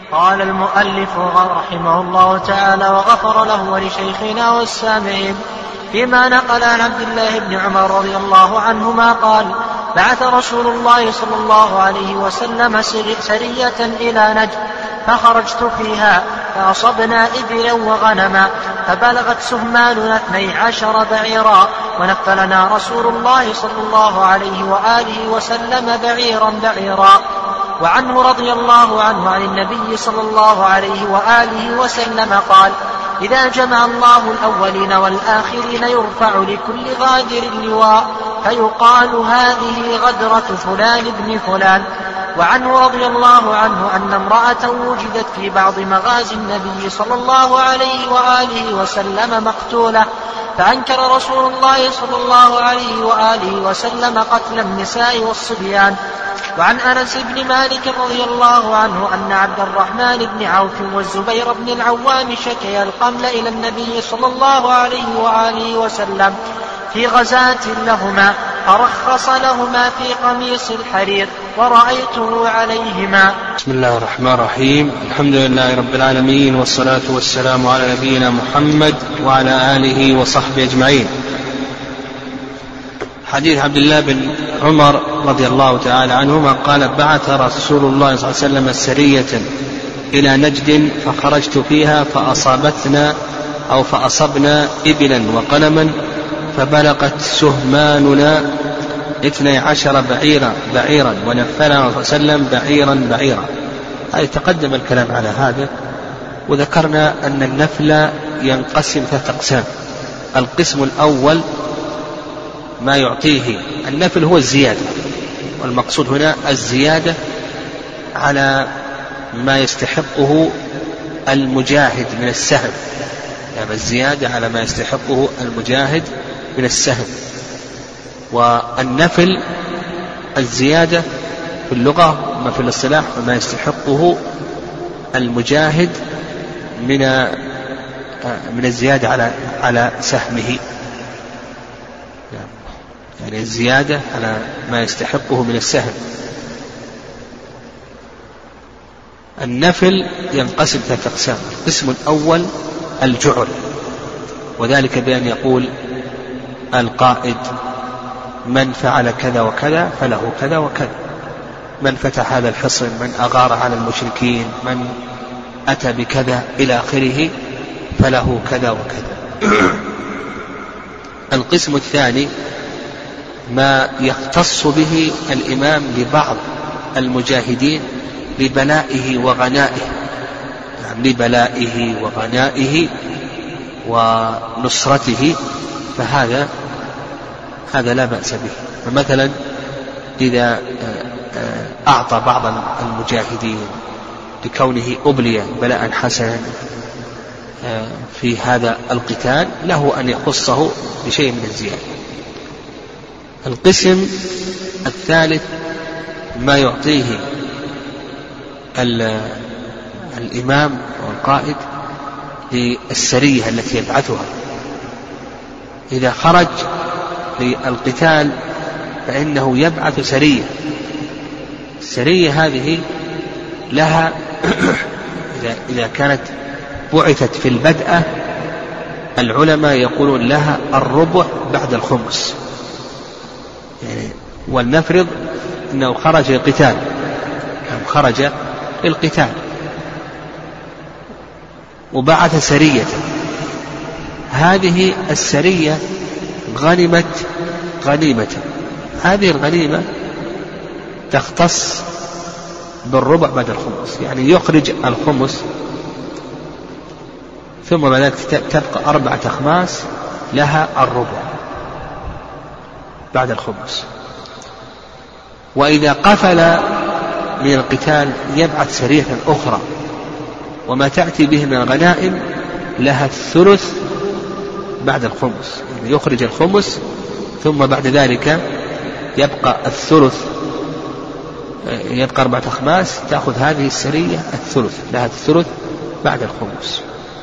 قال المؤلف رحمه الله تعالى وغفر له ولشيخنا والسامعين فيما نقل عن عبد الله بن عمر رضي الله عنهما قال بعث رسول الله صلى الله عليه وسلم سرية إلى نجد فخرجت فيها فأصبنا إبلا وغنما فبلغت سهماننا 12 بعيرا ونفلنا رسول الله صلى الله عليه وآله وسلم بعيرا. وعنه رضي الله عنه عن النبي صلى الله عليه وآله وسلم قال إذا جمع الله الأولين والآخرين يرفع لكل غادر اللواء فيقال هذه غدرة فلان بن فلان. وعنه رضي الله عنه أن امرأة وجدت في بعض مغازي النبي صلى الله عليه وآله وسلم مقتولة فأنكر رسول الله صلى الله عليه وآله وسلم قتل النساء والصبيان. وعن أنس بن مالك رضي الله عنه أن عبد الرحمن بن عوف والزبير بن العوام شكيا القمل إلى النبي صلى الله عليه وآله وسلم في غزاة لهما فرخص لهما في قميص الحرير ورأيته عليهما. بسم الله الرحمن الرحيم. الحمد لله رب العالمين والصلاة والسلام على نبينا محمد وعلى آله وصحبه أجمعين. حديث عبد الله بن عمر رضي الله تعالى عنهما قال بعث رسول الله صلى الله عليه وسلم سرية إلى نجد فخرجت فيها فأصبنا إبلا وقلما فبلغت سهماننا 12 بعيرا ونفلنا صلى الله عليه وسلم بعيرا. هذا تقدم الكلام على هذا وذكرنا أن النفل ينقسم 3 أقسام. القسم الأول ما يعطيه النفل هو الزيادة، والمقصود هنا الزيادة على ما يستحقه المجاهد من السهم، يعني الزيادة على ما يستحقه المجاهد من السهم. والنفل الزيادة في اللغة وما في الاصطلاح وما يستحقه المجاهد من الزيادة على سهمه، يعني الزيادة على ما يستحقه من السهم. النفل ينقسم 3 أقسام. القسم الأول الجعل، وذلك بأن يقول القائد من فعل كذا وكذا فله كذا وكذا، من فتح هذا الحصن، من أغار على المشركين، من أتى بكذا إلى آخره فله كذا وكذا. القسم الثاني ما يختص به الإمام لبعض المجاهدين لبلائه وغنائه، يعني لبلائه وغنائه ونصرته، فهذا لا بأس به. فمثلا إذا أعطى بعض المجاهدين لكونه أبلي بلاء حسنا في هذا القتال له أن يخصه بشيء من الزيادة. القسم الثالث ما يعطيه الإمام أو القائد للسرية التي يبعثها. إذا خرج للقتال فإنه يبعث سرية. السرية هذه لها إذا كانت بعثت في البدء العلماء يقولون لها الربع بعد الخمس، يعني ولنفرض أنه خرج للقتال وبعث سرية، هذه السرية غنمت غنيمة، هذه الغنيمة تختص بالربع بعد الخمس، يعني يخرج الخمس ثم بعد ذلك تبقى 4 أخماس لها الربع بعد الخمس. وإذا قفل من القتال يبعث سرية أخرى وما تأتي به من الغنائم لها 1/3 بعد الخمس، يعني يخرج الخمس ثم بعد ذلك يبقى 1/3، يبقى 4 أخماس، تأخذ هذه السرية 1/3 لها 1/3 بعد الخمس.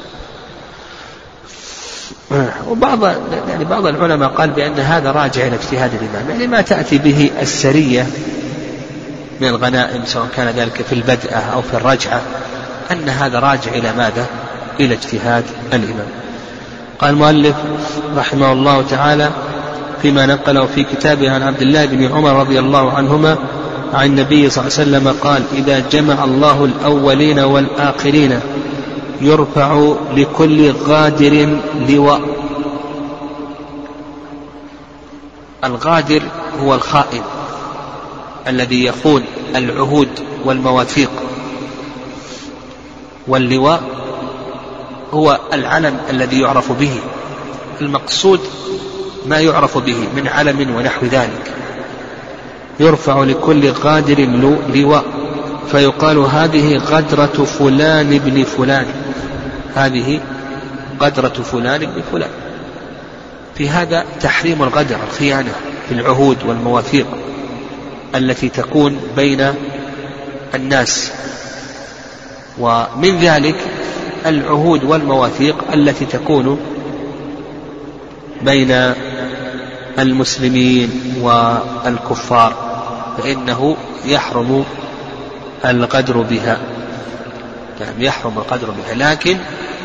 بعض العلماء قال بأن هذا راجع إلى اجتهاد الإمام، يعني ما تأتي به السرية من الغنائم سواء كان ذلك في البدء أو في الرجعة أن هذا راجع إلى ماذا؟ إلى اجتهاد الإمام. قال المؤلف رحمه الله تعالى فيما نقله في كتابه عن عبد الله بن عمر رضي الله عنهما عن النبي صلى الله عليه وسلم قال: إذا جمع الله الأولين والآخرين يرفع لكل غادر لواء. الغادر هو الخائن الذي يخون العهود والمواثيق، واللواء هو العلم الذي يعرف به، المقصود ما يعرف به من علم ونحو ذلك. يرفع لكل غادر لواء فيقال: هذه غدرة فلان بن فلان، هذه غدرة فلان بن فلان. في هذا تحريم الغدر، الخيانة في العهود والمواثيق التي تكون بين الناس، ومن ذلك العهود والمواثيق التي تكون بين المسلمين والكفار، فإنه يحرم الغدر بها، يعني يحرم الغدر بها. لكن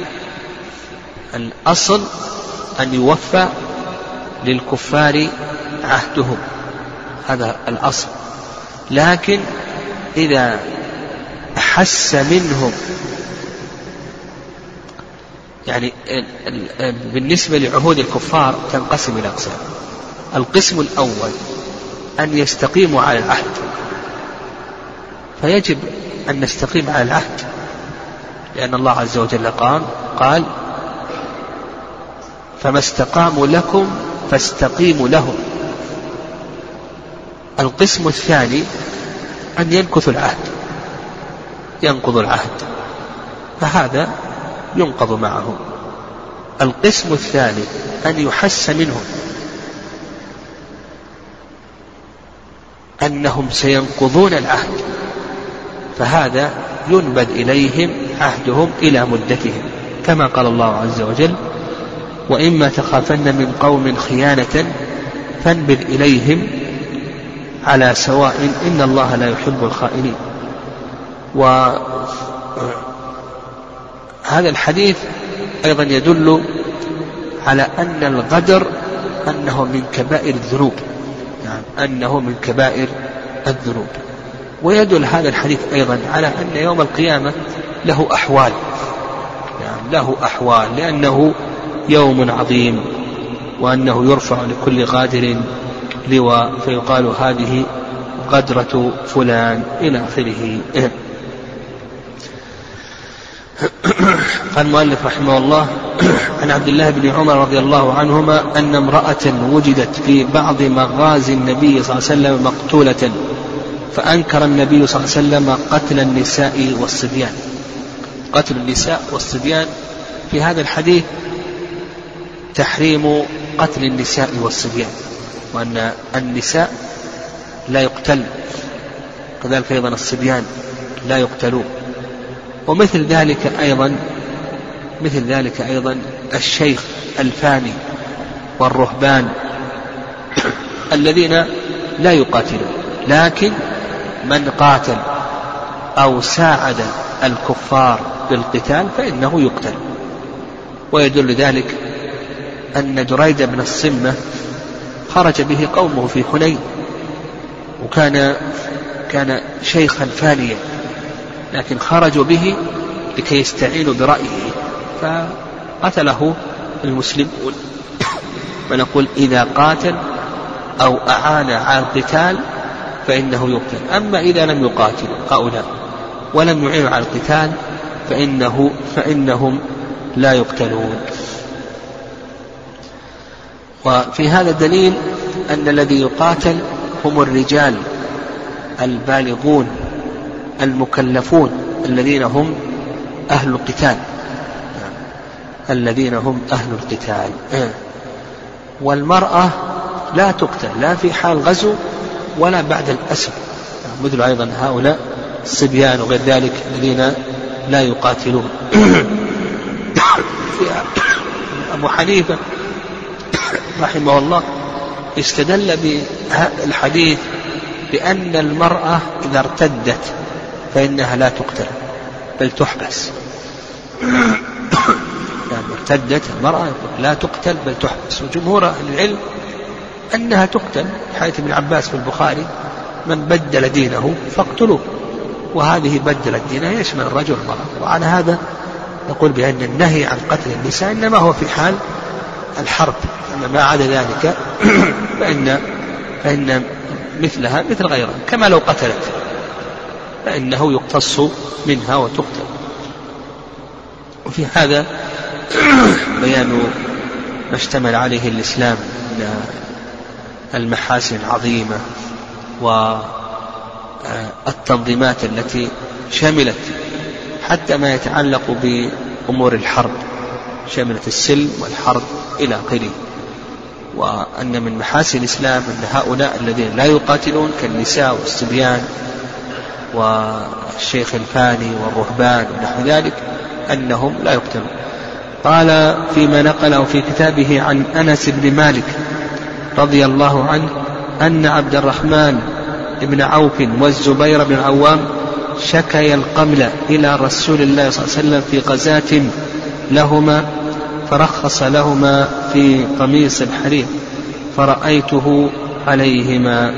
الأصل أن يوفى للكفار عهدهم، هذا الأصل. لكن إذا أحس منهم، يعني بالنسبة لعهود الكفار تنقسم إلى أقسام. القسم الأول أن يستقيموا على العهد، فيجب أن نستقيم على العهد، لأن الله عز وجل قال: فما استقاموا لكم فاستقيموا لهم. القسم الثاني أن ينقضوا العهد، ينقض العهد، فهذا ينقض معهم. القسم الثاني أن يحس منهم أنهم سينقضون العهد، فهذا ينبذ إليهم عهدهم إلى مدتهم، كما قال الله عز وجل: وإما تخافن من قوم خيانة فانبذ إليهم على سواء إن الله لا يحب الخائنين. وهذا الحديث أيضا يدل على أن الغدر أنه من كبائر الذنوب، يعني أنه من كبائر الذنوب. ويدل هذا الحديث أيضا على أن يوم القيامة له أحوال، يعني له أحوال، لأنه يوم عظيم، وأنه يرفع لكل غادر لواء فيقال: هذه غدرة فلان إلى آخره. قال المؤلف رحمه الله: عن عبد الله بن عمر رضي الله عنهما أن امرأة وجدت في بعض مغازي النبي صلى الله عليه وسلم مقتولة، فأنكر النبي صلى الله عليه وسلم قتل النساء والصبيان. قتل النساء والصبيان في هذا الحديث تحريم قتل النساء والصبيان، وأن النساء لا يقتل، كذلك أيضا الصبيان لا يقتلون. ومثل ذلك أيضا الشيخ الفاني والرهبان الذين لا يقاتلون، لكن من قاتل أو ساعد الكفار بالقتال فإنه يقتل. ويدل ذلك أن دريد بن الصمة خرج به قومه في حنين، وكان شيخا فانيا، لكن خرجوا به لكي يستعينوا برأيه فقتله المسلمون. ونقول: إذا قاتل أو أعان على القتال فإنه يقتل. أما إذا لم يقاتل هؤلاء ولم يعينوا على القتال فإنهم لا يقتلون. وفي هذا دليل أن الذي يقاتل هم الرجال البالغون المكلفون الذين هم أهل القتال، والمرأة لا تقتل لا في حال غزو ولا بعد الأسر، مثل أيضا هؤلاء الصبيان وغير ذلك الذين لا يقاتلون. أبو حنيفة رحمه الله استدل بالحديث بأن المرأة إذا ارتدت فإنها لا تقتل، بل تحبس. يعني ارتدت المرأة لا تقتل بل تحبس، وجمهور أهل العلم أنها تقتل، حيث ابن عباس في البخاري: من بدل دينه فاقتلوه. وهذه بدلت دينها يشمل الرجل والمرأة. وعلى هذا نقول بأن النهي عن قتل النساء إنما هو في حال الحرب، أما ما عدا ذلك فإن مثلها مثل غيرها، كما لو قتلت فإنه يقتص منها وتقتل. وفي هذا بيان ما اشتمل عليه الإسلام من المحاسن العظيمة والتنظيمات التي شملت حتى ما يتعلق بأمور الحرب، شملت السلم والحرب إلى آخره. وأن من محاسن الإسلام أن هؤلاء الذين لا يقاتلون كالنساء والصبيان والشيخ الفاني والرهبان ونحو ذلك أنهم لا يقتلون. قال فيما نقله في كتابه عن أنس بن مالك رضي الله عنه أن عبد الرحمن بن عوف والزبير بن العوام شكيا القمل إلى رسول الله صلى الله عليه وسلم في غزاة لهما، فرخص لهما في قميص الحرير فرأيته عليهما.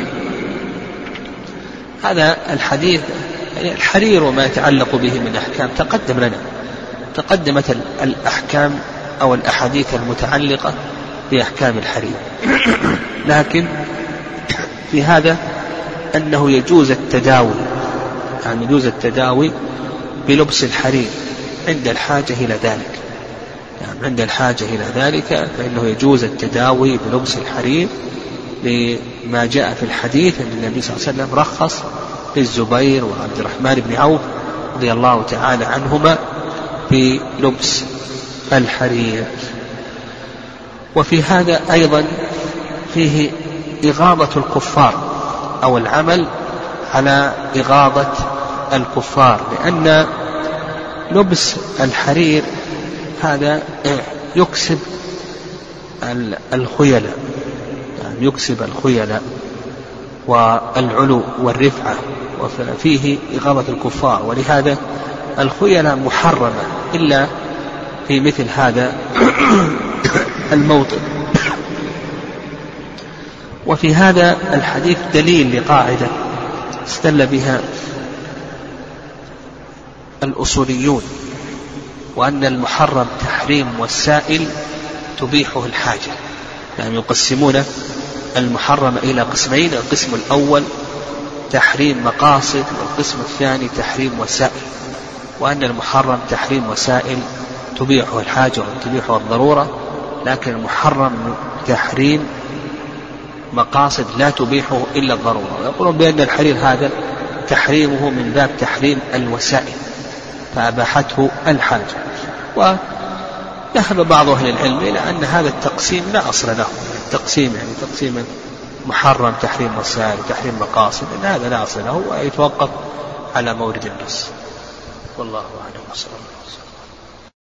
هذا الحديث يعني الحرير وما يتعلق به من أحكام تقدم لنا، تقدمت الأحكام أو الأحاديث المتعلقة بأحكام الحرير، لكن في هذا أنه يجوز التداوي، يعني يجوز التداوي بلبس الحرير عند الحاجة إلى ذلك، يعني عند الحاجة إلى ذلك فإنه يجوز التداوي بلبس الحرير، لما جاء في الحديث أن النبي صلى الله عليه وسلم رخص للزبير وعبد الرحمن بن عوف رضي الله تعالى عنهما بلبس الحرير. وفي هذا أيضا فيه إغاظة الكفار أو العمل على إغاظة الكفار، لأن لبس الحرير هذا يكسب الخيلاء، يعني يكسب الخيلاء والعلو والرفعة، وفيه إغاظة الكفار، ولهذا الخيلاء محرمة إلا في مثل هذا الموطن. وفي هذا الحديث دليل لقاعدة استدل بها الأصوليون، وأن المحرم تحريم والسائل تبيحه الحاجة، يعني يقسمون المحرم إلى قسمين: القسم الأول تحريم مقاصد، والقسم الثاني تحريم وسائل، وأن المحرم تحريم وسائل تبيحه الحاجة وتبيحه الضرورة، لكن المحرم تحريم مقاصد لا تبيحه إلا الضرورة. ويقولون بأن الحرير هذا تحريمه من باب تحريم الوسائل فأباحته الحاجة. وذهب بعض أهل العلم إلى أن هذا التقسيم لا أصل له، التقسيم يعني تقسيم محرم تحريم وسائل وتحريم مقاصد، أن هذا لا أصل له ويتوقف على مورد النص. والله أعلم.